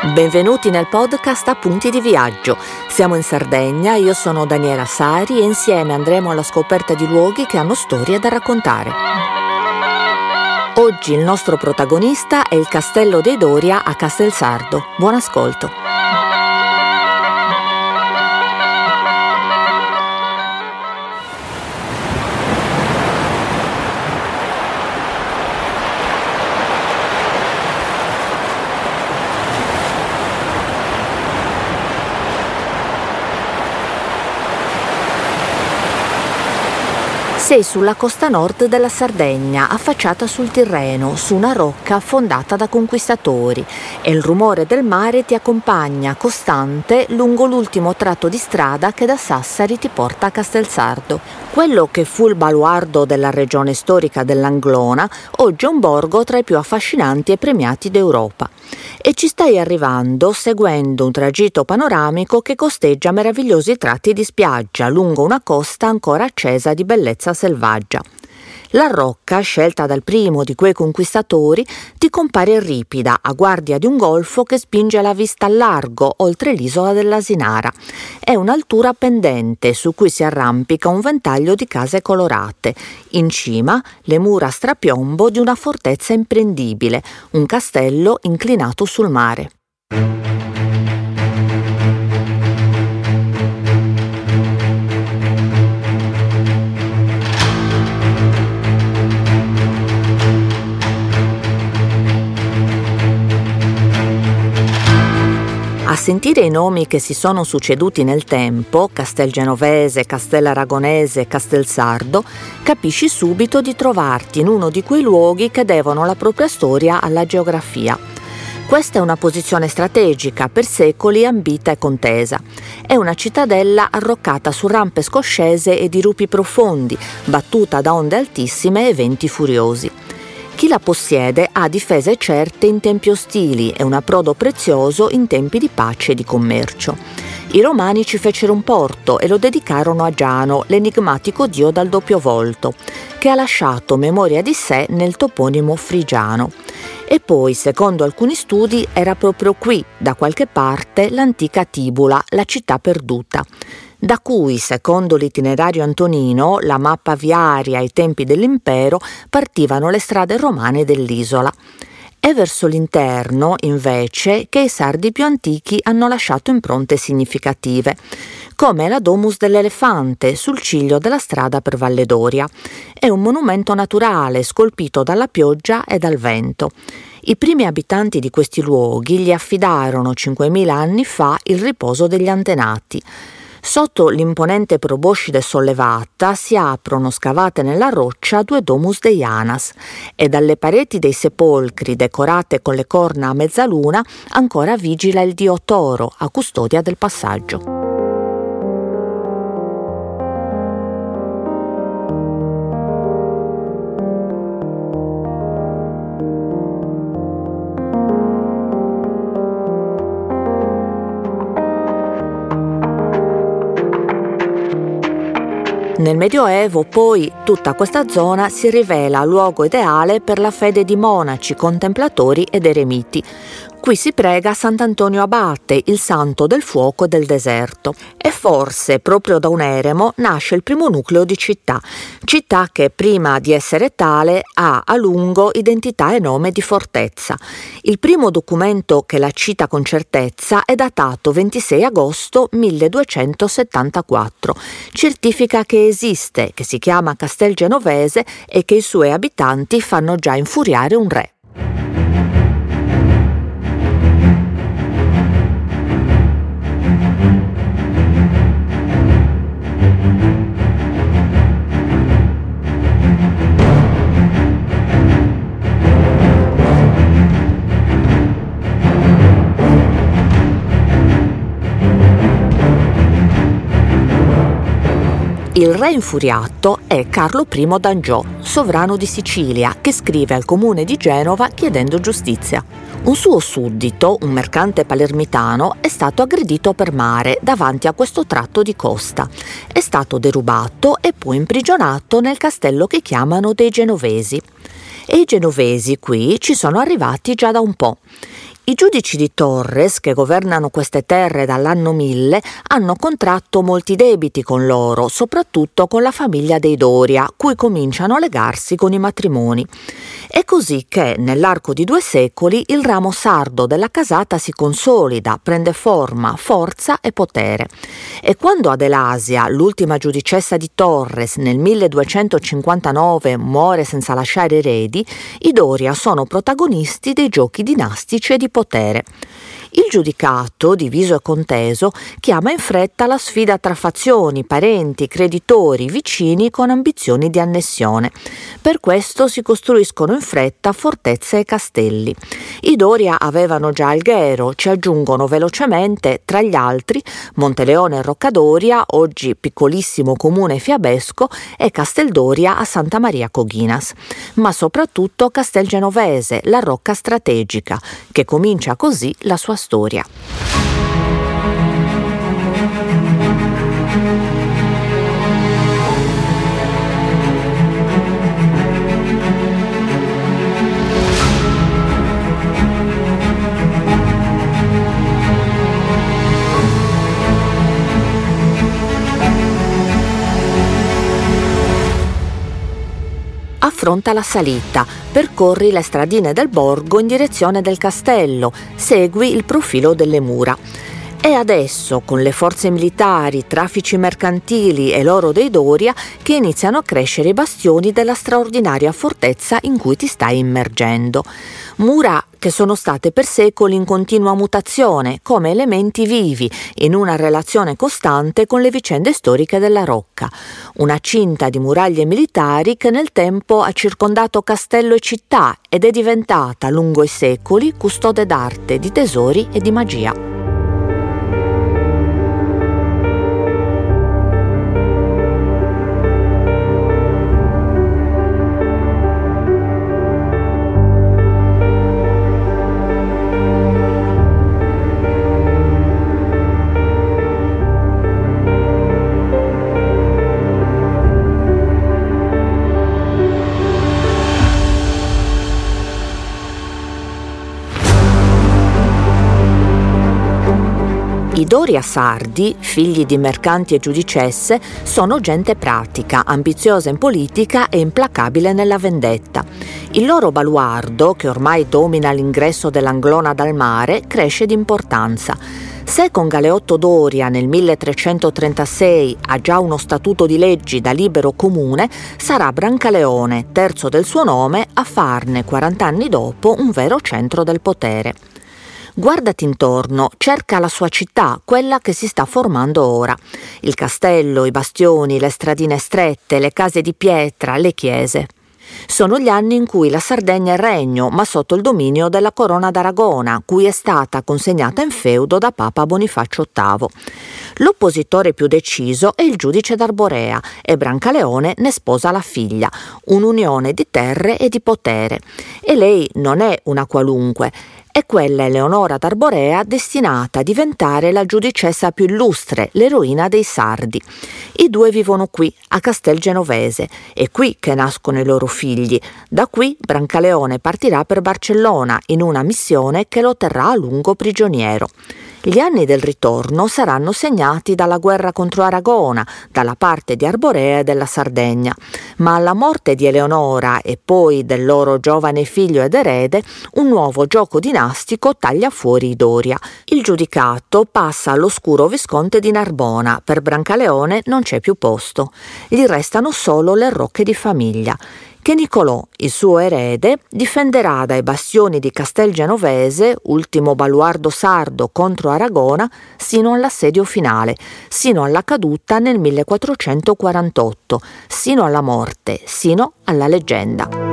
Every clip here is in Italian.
Benvenuti nel podcast Appunti di Viaggio. Siamo in Sardegna, io sono Daniela Sari e insieme andremo alla scoperta di luoghi che hanno storie da raccontare. Oggi il nostro protagonista è il Castello dei Doria a Castelsardo. Buon ascolto. Sei sulla costa nord della Sardegna, affacciata sul Tirreno, su una rocca affondata da conquistatori, e il rumore del mare ti accompagna costante lungo l'ultimo tratto di strada che da Sassari ti porta a Castelsardo. Quello che fu il baluardo della regione storica dell'Anglona, oggi è un borgo tra i più affascinanti e premiati d'Europa. E ci stai arrivando seguendo un tragitto panoramico che costeggia meravigliosi tratti di spiaggia lungo una costa ancora accesa di bellezza selvaggia. La rocca, scelta dal primo di quei conquistatori, ti compare ripida a guardia di un golfo che spinge la vista al largo oltre l'isola dell'Asinara. È un'altura pendente su cui si arrampica un ventaglio di case colorate. In cima le mura a strapiombo di una fortezza imprendibile, un castello inclinato sul mare. A sentire i nomi che si sono succeduti nel tempo, Castelgenovese, Castellaragonese e Castelsardo, capisci subito di trovarti in uno di quei luoghi che devono la propria storia alla geografia. Questa è una posizione strategica, per secoli ambita e contesa. È una cittadella arroccata su rampe scoscese e dirupi profondi, battuta da onde altissime e venti furiosi. Chi la possiede ha difese certe in tempi ostili e un approdo prezioso in tempi di pace e di commercio. I Romani ci fecero un porto e lo dedicarono a Giano, l'enigmatico dio dal doppio volto, che ha lasciato memoria di sé nel toponimo frigiano. E poi, secondo alcuni studi, era proprio qui, da qualche parte, l'antica Tibula, la città perduta, da cui, secondo l'itinerario antonino, la mappa viaria ai tempi dell'impero, partivano le strade romane dell'isola. È verso l'interno, invece, che i sardi più antichi hanno lasciato impronte significative, come la Domus dell'Elefante sul ciglio della strada per Valle Doria. È un monumento naturale scolpito dalla pioggia e dal vento. I primi abitanti di questi luoghi gli affidarono 5.000 anni fa il riposo degli antenati. Sotto l'imponente proboscide sollevata si aprono scavate nella roccia due domus deianas e dalle pareti dei sepolcri decorate con le corna a mezzaluna ancora vigila il dio Toro a custodia del passaggio. Nel Medioevo, poi, tutta questa zona si rivela luogo ideale per la fede di monaci, contemplatori ed eremiti. Qui si prega Sant'Antonio Abate, il santo del fuoco e del deserto. E forse proprio da un eremo nasce il primo nucleo di città che prima di essere tale ha a lungo identità e nome di fortezza. Il primo documento che la cita con certezza è datato 26 agosto 1274. Certifica che esiste, che si chiama Castelgenovese e che i suoi abitanti fanno già infuriare un re. Il re infuriato è Carlo I d'Angiò, sovrano di Sicilia, che scrive al comune di Genova chiedendo giustizia. Un suo suddito, un mercante palermitano, è stato aggredito per mare davanti a questo tratto di costa. È stato derubato e poi imprigionato nel castello che chiamano dei Genovesi. E i genovesi qui ci sono arrivati già da un po'. I giudici di Torres, che governano queste terre dall'anno 1000, hanno contratto molti debiti con loro, soprattutto con la famiglia dei Doria, cui cominciano a legarsi con i matrimoni. È così che, nell'arco di 2 secoli, il ramo sardo della casata si consolida, prende forma, forza e potere. E quando Adelasia, l'ultima giudicessa di Torres, nel 1259 muore senza lasciare eredi, i Doria sono protagonisti dei giochi dinastici e di potere. Il giudicato, diviso e conteso, chiama in fretta la sfida tra fazioni, parenti, creditori, vicini con ambizioni di annessione. Per questo si costruiscono in fretta fortezze e castelli. I Doria avevano già Alghero, ci aggiungono velocemente, tra gli altri, Monteleone e Roccadoria, oggi piccolissimo comune fiabesco, e Casteldoria a Santa Maria Coghinas, ma soprattutto Castelgenovese, la rocca strategica, che comincia così la sua storia. Affronta la salita, percorri le stradine del borgo in direzione del castello, segui il profilo delle mura. È adesso, con le forze militari, traffici mercantili e l'oro dei Doria, che iniziano a crescere i bastioni della straordinaria fortezza in cui ti stai immergendo. Mura che sono state per secoli in continua mutazione, come elementi vivi, in una relazione costante con le vicende storiche della rocca. Una cinta di muraglie militari che nel tempo ha circondato castello e città ed è diventata, lungo i secoli, custode d'arte, di tesori e di magia. I Doria sardi, figli di mercanti e giudicesse, sono gente pratica, ambiziosa in politica e implacabile nella vendetta. Il loro baluardo, che ormai domina l'ingresso dell'Anglona dal mare, cresce di importanza. Se con Galeotto Doria nel 1336 ha già uno statuto di leggi da libero comune, sarà Brancaleone, terzo del suo nome, a farne 40 anni dopo un vero centro del potere. Guardati intorno, cerca la sua città, quella che si sta formando ora. Il castello, i bastioni, le stradine strette, le case di pietra, le chiese. Sono gli anni in cui la Sardegna è regno, ma sotto il dominio della Corona d'Aragona, cui è stata consegnata in feudo da Papa Bonifacio VIII. L'oppositore più deciso è il giudice d'Arborea e Brancaleone ne sposa la figlia, un'unione di terre e di potere. E lei non è una qualunque, è quella Eleonora d'Arborea destinata a diventare la giudicessa più illustre, l'eroina dei Sardi. I due vivono qui, a Castelgenovese, è qui che nascono i loro figli. Da qui Brancaleone partirà per Barcellona in una missione che lo terrà a lungo prigioniero. Gli anni del ritorno saranno segnati dalla guerra contro Aragona, dalla parte di Arborea e della Sardegna, ma alla morte di Eleonora e poi del loro giovane figlio ed erede, un nuovo gioco dinastico taglia fuori i Doria. Il giudicato passa all'oscuro visconte di Narbona, per Brancaleone non c'è più posto, gli restano solo le rocche di famiglia, che Nicolò, il suo erede, difenderà dai bastioni di Castelgenovese, ultimo baluardo sardo contro Aragona, sino all'assedio finale, sino alla caduta nel 1448, sino alla morte, sino alla leggenda.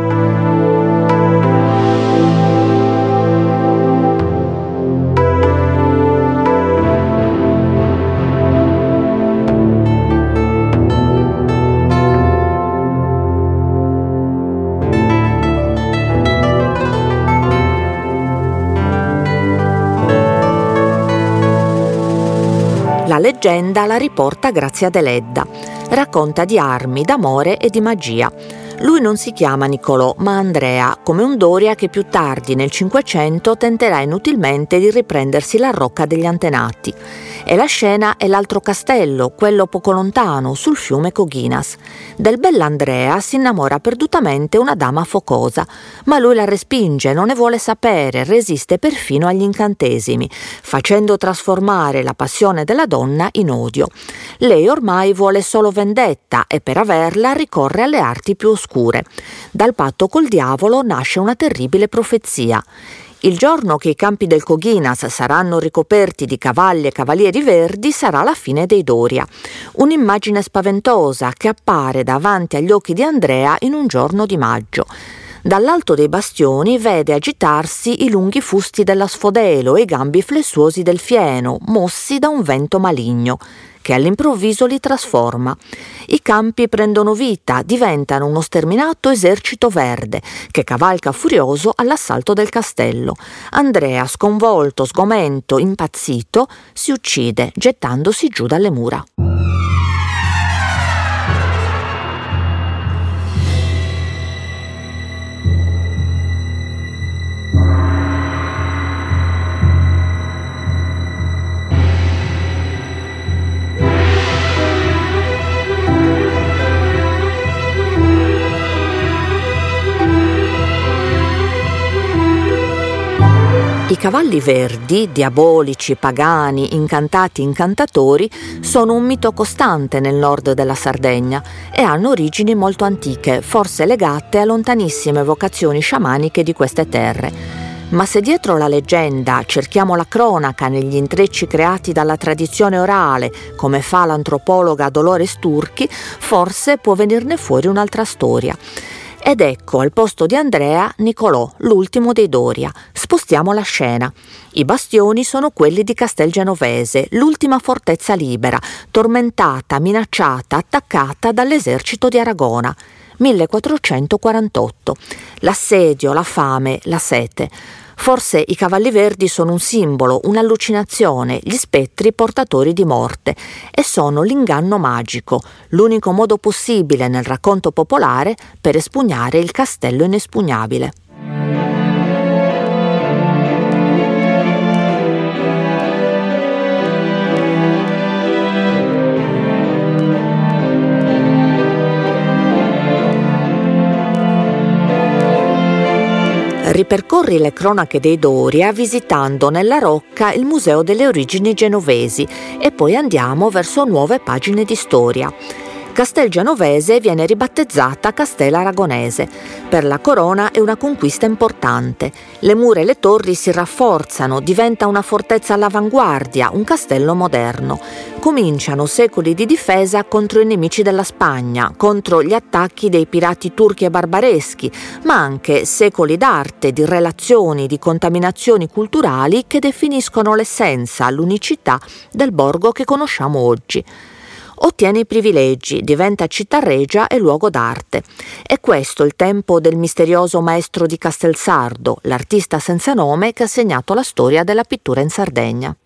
La leggenda la riporta Grazia Deledda. Racconta di armi, d'amore e di magia. Lui non si chiama Niccolò, ma Andrea, come un Doria che più tardi, nel Cinquecento, tenterà inutilmente di riprendersi la rocca degli antenati. E la scena è l'altro castello, quello poco lontano, sul fiume Coghinas. Del bell'Andrea si innamora perdutamente una dama focosa, ma lui la respinge, non ne vuole sapere, resiste perfino agli incantesimi, facendo trasformare la passione della donna in odio. Lei ormai vuole solo vendetta e per averla ricorre alle arti più oscure. Dal patto col diavolo nasce una terribile profezia. Il giorno che i campi del Coghinas saranno ricoperti di cavalli e cavalieri verdi sarà la fine dei Doria. Un'immagine spaventosa che appare davanti agli occhi di Andrea in un giorno di maggio. Dall'alto dei bastioni vede agitarsi i lunghi fusti dell'Asfodelo e i gambi flessuosi del fieno, mossi da un vento maligno, che all'improvviso li trasforma. I campi prendono vita, diventano uno sterminato esercito verde, che cavalca furioso all'assalto del castello. Andrea, sconvolto, sgomento, impazzito, si uccide gettandosi giù dalle mura. I cavalli verdi, diabolici, pagani, incantati, incantatori, sono un mito costante nel nord della Sardegna e hanno origini molto antiche, forse legate a lontanissime vocazioni sciamaniche di queste terre. Ma se dietro la leggenda cerchiamo la cronaca negli intrecci creati dalla tradizione orale, come fa l'antropologa Dolores Turchi, forse può venirne fuori un'altra storia. Ed ecco, al posto di Andrea, Niccolò, l'ultimo dei Doria. Spostiamo la scena. I bastioni sono quelli di Castelgenovese, l'ultima fortezza libera, tormentata, minacciata, attaccata dall'esercito di Aragona. 1448. L'assedio, la fame, la sete. Forse i cavalli verdi sono un simbolo, un'allucinazione, gli spettri portatori di morte, e sono l'inganno magico, l'unico modo possibile nel racconto popolare per espugnare il castello inespugnabile. Ripercorri le cronache dei Doria visitando nella rocca il Museo delle Origini Genovesi e poi andiamo verso nuove pagine di storia. Castelgenovese viene ribattezzata Castel Aragonese. Per la corona è una conquista importante. Le mura e le torri si rafforzano, diventa una fortezza all'avanguardia, un castello moderno. Cominciano secoli di difesa contro i nemici della Spagna, contro gli attacchi dei pirati turchi e barbareschi, ma anche secoli d'arte, di relazioni, di contaminazioni culturali che definiscono l'essenza, l'unicità del borgo che conosciamo oggi. Ottiene i privilegi, diventa città regia e luogo d'arte. È questo il tempo del misterioso maestro di Castelsardo, l'artista senza nome che ha segnato la storia della pittura in Sardegna.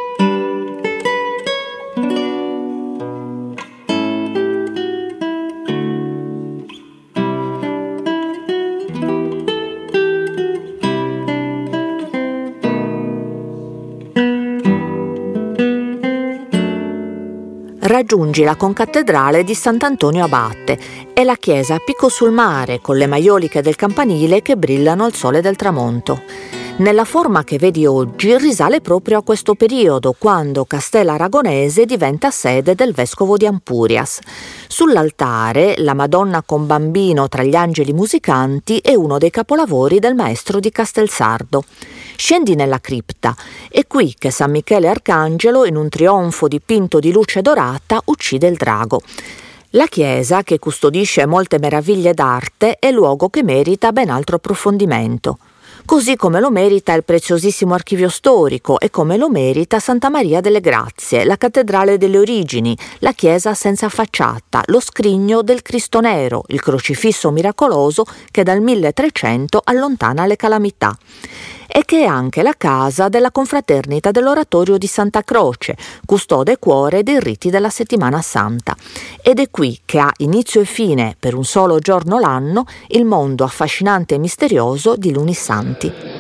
Raggiungi la concattedrale di Sant'Antonio Abate e la chiesa a picco sul mare con le maioliche del campanile che brillano al sole del tramonto. Nella forma che vedi oggi risale proprio a questo periodo, quando Castel Aragonese diventa sede del vescovo di Ampurias. Sull'altare, la Madonna con bambino tra gli angeli musicanti è uno dei capolavori del maestro di Castelsardo. Scendi nella cripta, è qui che San Michele Arcangelo, in un trionfo dipinto di luce dorata, uccide il drago. La chiesa, che custodisce molte meraviglie d'arte, è luogo che merita ben altro approfondimento. Così come lo merita il preziosissimo archivio storico e come lo merita Santa Maria delle Grazie, la cattedrale delle origini, la chiesa senza facciata, lo scrigno del Cristo Nero, il crocifisso miracoloso che dal 1300 allontana le calamità. e che è anche la casa della confraternita dell'Oratorio di Santa Croce, custode e cuore dei riti della Settimana Santa. Ed è qui che ha inizio e fine, per un solo giorno l'anno, il mondo affascinante e misterioso di Lunisanti.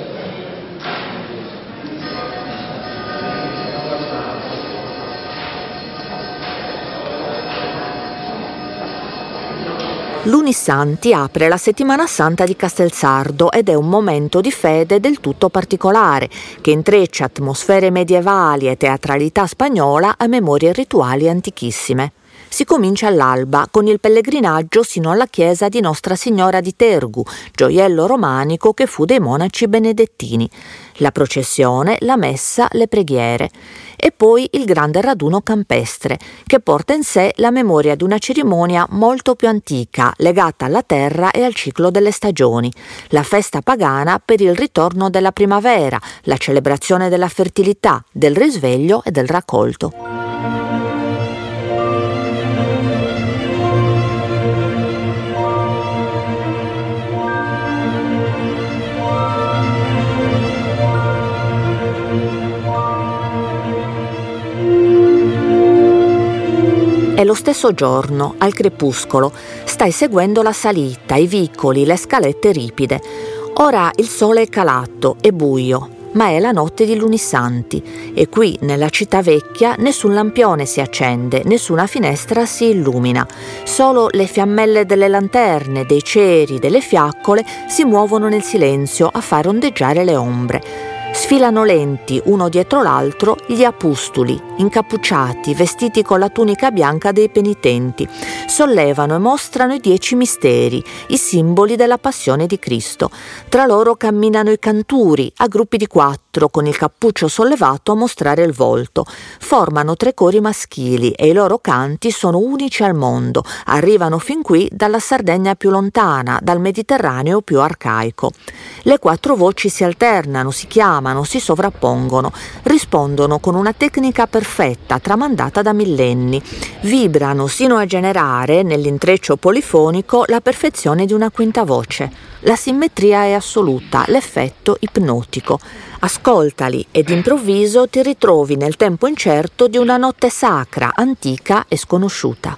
Lunisanti apre la Settimana Santa di Castelsardo ed è un momento di fede del tutto particolare, che intreccia atmosfere medievali e teatralità spagnola a memorie rituali antichissime. Si comincia all'alba con il pellegrinaggio sino alla chiesa di Nostra Signora di Tergu, gioiello romanico che fu dei monaci benedettini. La processione, la messa, le preghiere. E poi il grande raduno campestre, che porta in sé la memoria di una cerimonia molto più antica, legata alla terra e al ciclo delle stagioni. La festa pagana per il ritorno della primavera, la celebrazione della fertilità, del risveglio e del raccolto. È lo stesso giorno, al crepuscolo, stai seguendo la salita, i vicoli, le scalette ripide. Ora il sole è calato, è buio, ma è la notte di Lunisanti e qui, nella città vecchia, nessun lampione si accende, nessuna finestra si illumina. Solo le fiammelle delle lanterne, dei ceri, delle fiaccole si muovono nel silenzio a far ondeggiare le ombre. Sfilano lenti, uno dietro l'altro, gli apostoli, incappucciati, vestiti con la tunica bianca dei penitenti. Sollevano e mostrano i 10 misteri, i simboli della passione di Cristo. Tra loro camminano i canturi, a gruppi di 4, con il cappuccio sollevato a mostrare il volto. Formano 3 cori maschili e i loro canti sono unici al mondo. Arrivano fin qui dalla Sardegna più lontana, dal Mediterraneo più arcaico. Le 4 voci si alternano, si chiamano, si sovrappongono, rispondono con una tecnica perfetta tramandata da millenni, vibrano sino a generare nell'intreccio polifonico la perfezione di una quinta voce. La simmetria è assoluta, l'effetto ipnotico. Ascoltali ed improvviso ti ritrovi nel tempo incerto di una notte sacra, antica e sconosciuta.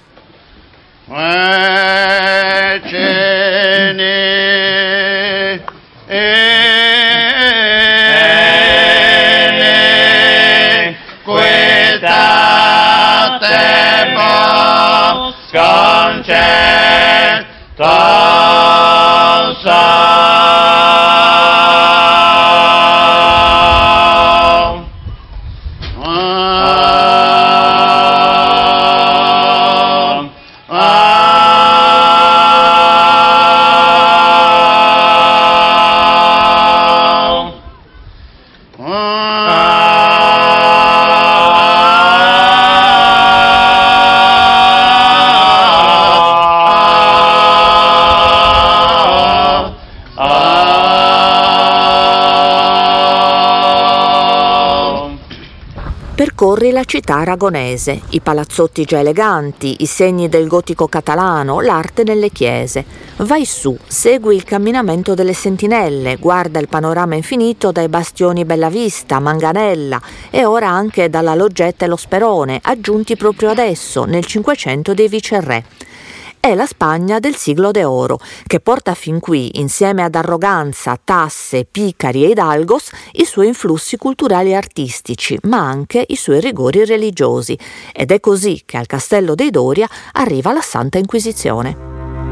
Percorri la città aragonese, i palazzotti già eleganti, i segni del gotico catalano, l'arte nelle chiese. Vai su, segui il camminamento delle sentinelle, guarda il panorama infinito dai bastioni Bellavista, Manganella e ora anche dalla Loggetta e lo Sperone, aggiunti proprio adesso, nel Cinquecento dei viceré. È la Spagna del siglo d'oro, che porta fin qui, insieme ad arroganza, tasse, picari e hidalgos, i suoi influssi culturali e artistici, ma anche i suoi rigori religiosi. Ed è così che al Castello dei Doria arriva la Santa Inquisizione.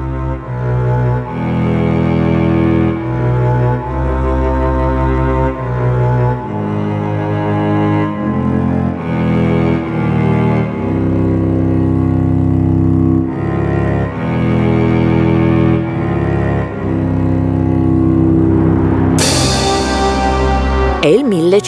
È il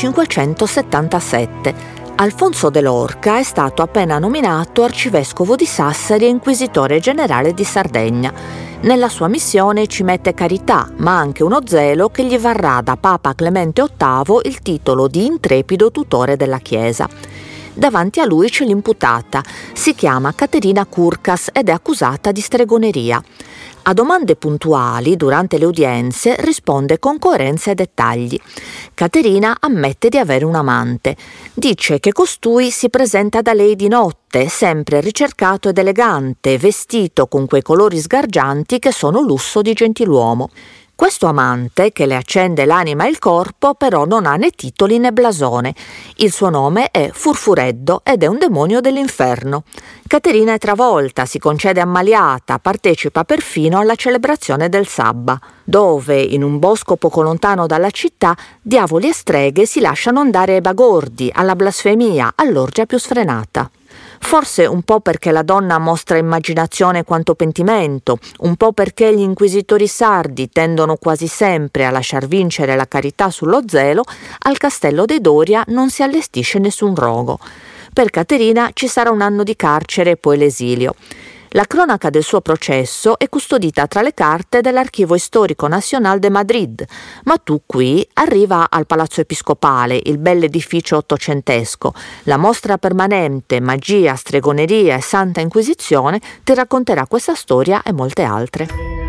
1577. Alfonso de Lorca è stato appena nominato arcivescovo di Sassari e inquisitore generale di Sardegna. Nella sua missione ci mette carità, ma anche uno zelo che gli varrà da Papa Clemente VIII il titolo di intrepido tutore della Chiesa. Davanti a lui c'è l'imputata, si chiama Caterina Curcas ed è accusata di stregoneria. A domande puntuali durante le udienze risponde con coerenza e dettagli. Caterina ammette di avere un amante. Dice che costui si presenta da lei di notte, sempre ricercato ed elegante, vestito con quei colori sgargianti che sono lusso di gentiluomo. Questo amante, che le accende l'anima e il corpo, però non ha né titoli né blasone. Il suo nome è Furfureddo ed è un demonio dell'inferno. Caterina è travolta, si concede ammaliata, partecipa perfino alla celebrazione del Sabba, dove, in un bosco poco lontano dalla città, diavoli e streghe si lasciano andare ai bagordi, alla blasfemia, all'orgia più sfrenata. Forse un po' perché la donna mostra immaginazione quanto pentimento, un po' perché gli inquisitori sardi tendono quasi sempre a lasciar vincere la carità sullo zelo, al castello dei Doria non si allestisce nessun rogo. Per Caterina ci sarà un anno di carcere e poi l'esilio. La cronaca del suo processo è custodita tra le carte dell'Archivio Histórico Nacional de Madrid, ma tu qui arriva al Palazzo Episcopale, il bell'edificio ottocentesco. La mostra permanente Magia, Stregoneria e Santa Inquisizione ti racconterà questa storia e molte altre.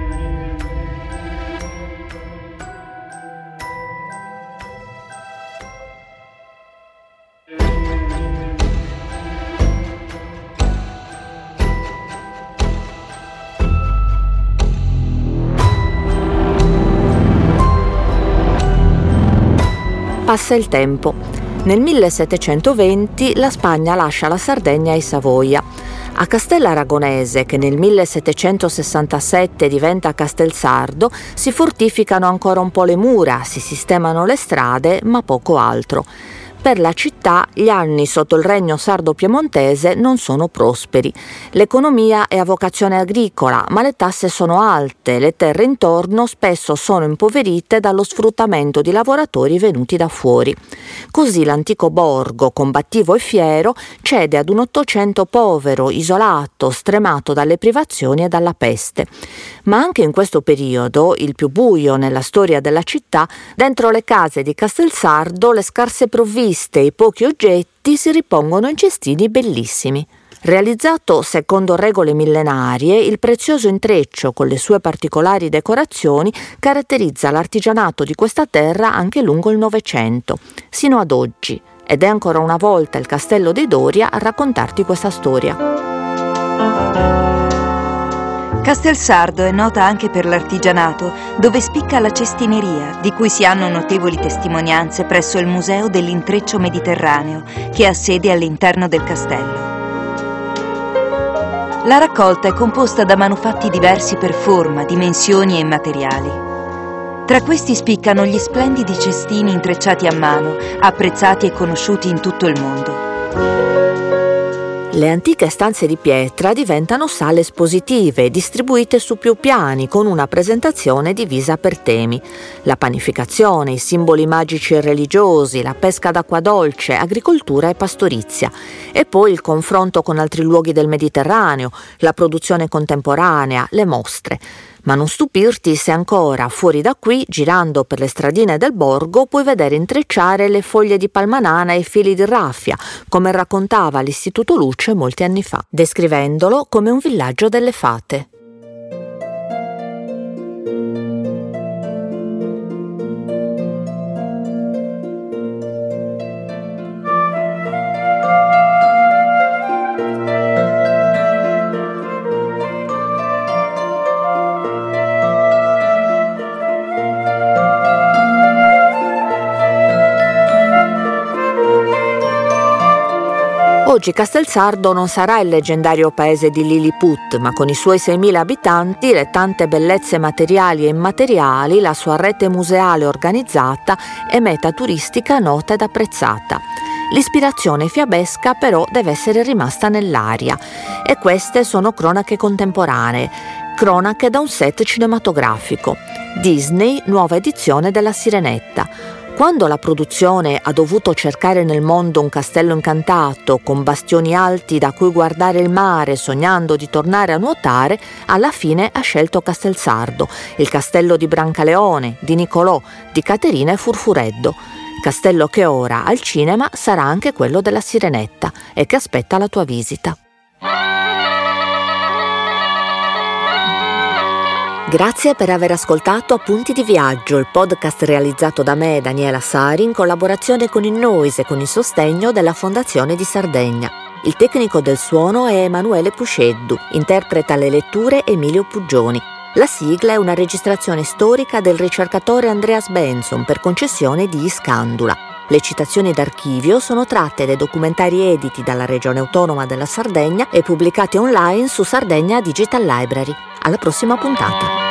Passa il tempo. Nel 1720 la Spagna lascia la Sardegna ai Savoia. A Castel Aragonese, che nel 1767 diventa Castelsardo, si fortificano ancora un po' le mura, si sistemano le strade, ma poco altro. Per la città gli anni sotto il regno sardo-piemontese non sono prosperi. L'economia è a vocazione agricola, ma le tasse sono alte, le terre intorno spesso sono impoverite dallo sfruttamento di lavoratori venuti da fuori. Così l'antico borgo, combattivo e fiero, cede ad un Ottocento povero, isolato, stremato dalle privazioni e dalla peste. Ma anche in questo periodo, il più buio nella storia della città, dentro le case di Castelsardo le scarse provviste e i pochi oggetti si ripongono in cestini bellissimi. Realizzato secondo regole millenarie, il prezioso intreccio con le sue particolari decorazioni caratterizza l'artigianato di questa terra anche lungo il Novecento, sino ad oggi, ed è ancora una volta il Castello dei Doria a raccontarti questa storia. Castelsardo è nota anche per l'artigianato, dove spicca la cestineria, di cui si hanno notevoli testimonianze presso il Museo dell'Intreccio Mediterraneo, che ha sede all'interno del castello. La raccolta è composta da manufatti diversi per forma, dimensioni e materiali. Tra questi spiccano gli splendidi cestini intrecciati a mano, apprezzati e conosciuti in tutto il mondo. Le antiche stanze di pietra diventano sale espositive, distribuite su più piani, con una presentazione divisa per temi. La panificazione, i simboli magici e religiosi, la pesca d'acqua dolce, agricoltura e pastorizia. E poi il confronto con altri luoghi del Mediterraneo, la produzione contemporanea, le mostre. Ma non stupirti se ancora, fuori da qui, girando per le stradine del borgo, puoi vedere intrecciare le foglie di palmanana e i fili di raffia, come raccontava l'Istituto Luce molti anni fa, descrivendolo come un villaggio delle fate. Oggi Castelsardo non sarà il leggendario paese di Lilliput, ma con i suoi 6.000 abitanti, le tante bellezze materiali e immateriali, la sua rete museale organizzata e meta turistica nota ed apprezzata. L'ispirazione fiabesca però deve essere rimasta nell'aria, e queste sono cronache contemporanee, cronache da un set cinematografico. Disney, nuova edizione della Sirenetta. Quando la produzione ha dovuto cercare nel mondo un castello incantato, con bastioni alti da cui guardare il mare sognando di tornare a nuotare, alla fine ha scelto Castelsardo, il castello di Brancaleone, di Nicolò, di Caterina e Furfureddo. castello che ora al cinema sarà anche quello della Sirenetta e che aspetta la tua visita. Grazie per aver ascoltato Appunti di Viaggio, il podcast realizzato da me, Daniela Sari, in collaborazione con il Noise e con il sostegno della Fondazione di Sardegna. Il tecnico del suono è Emanuele Pusceddu, interpreta le letture Emilio Puggioni. La sigla è una registrazione storica del ricercatore Andreas Benson per concessione di Iscandula. Le citazioni d'archivio sono tratte dai documentari editi dalla Regione Autonoma della Sardegna e pubblicati online su Sardegna Digital Library. Alla prossima puntata.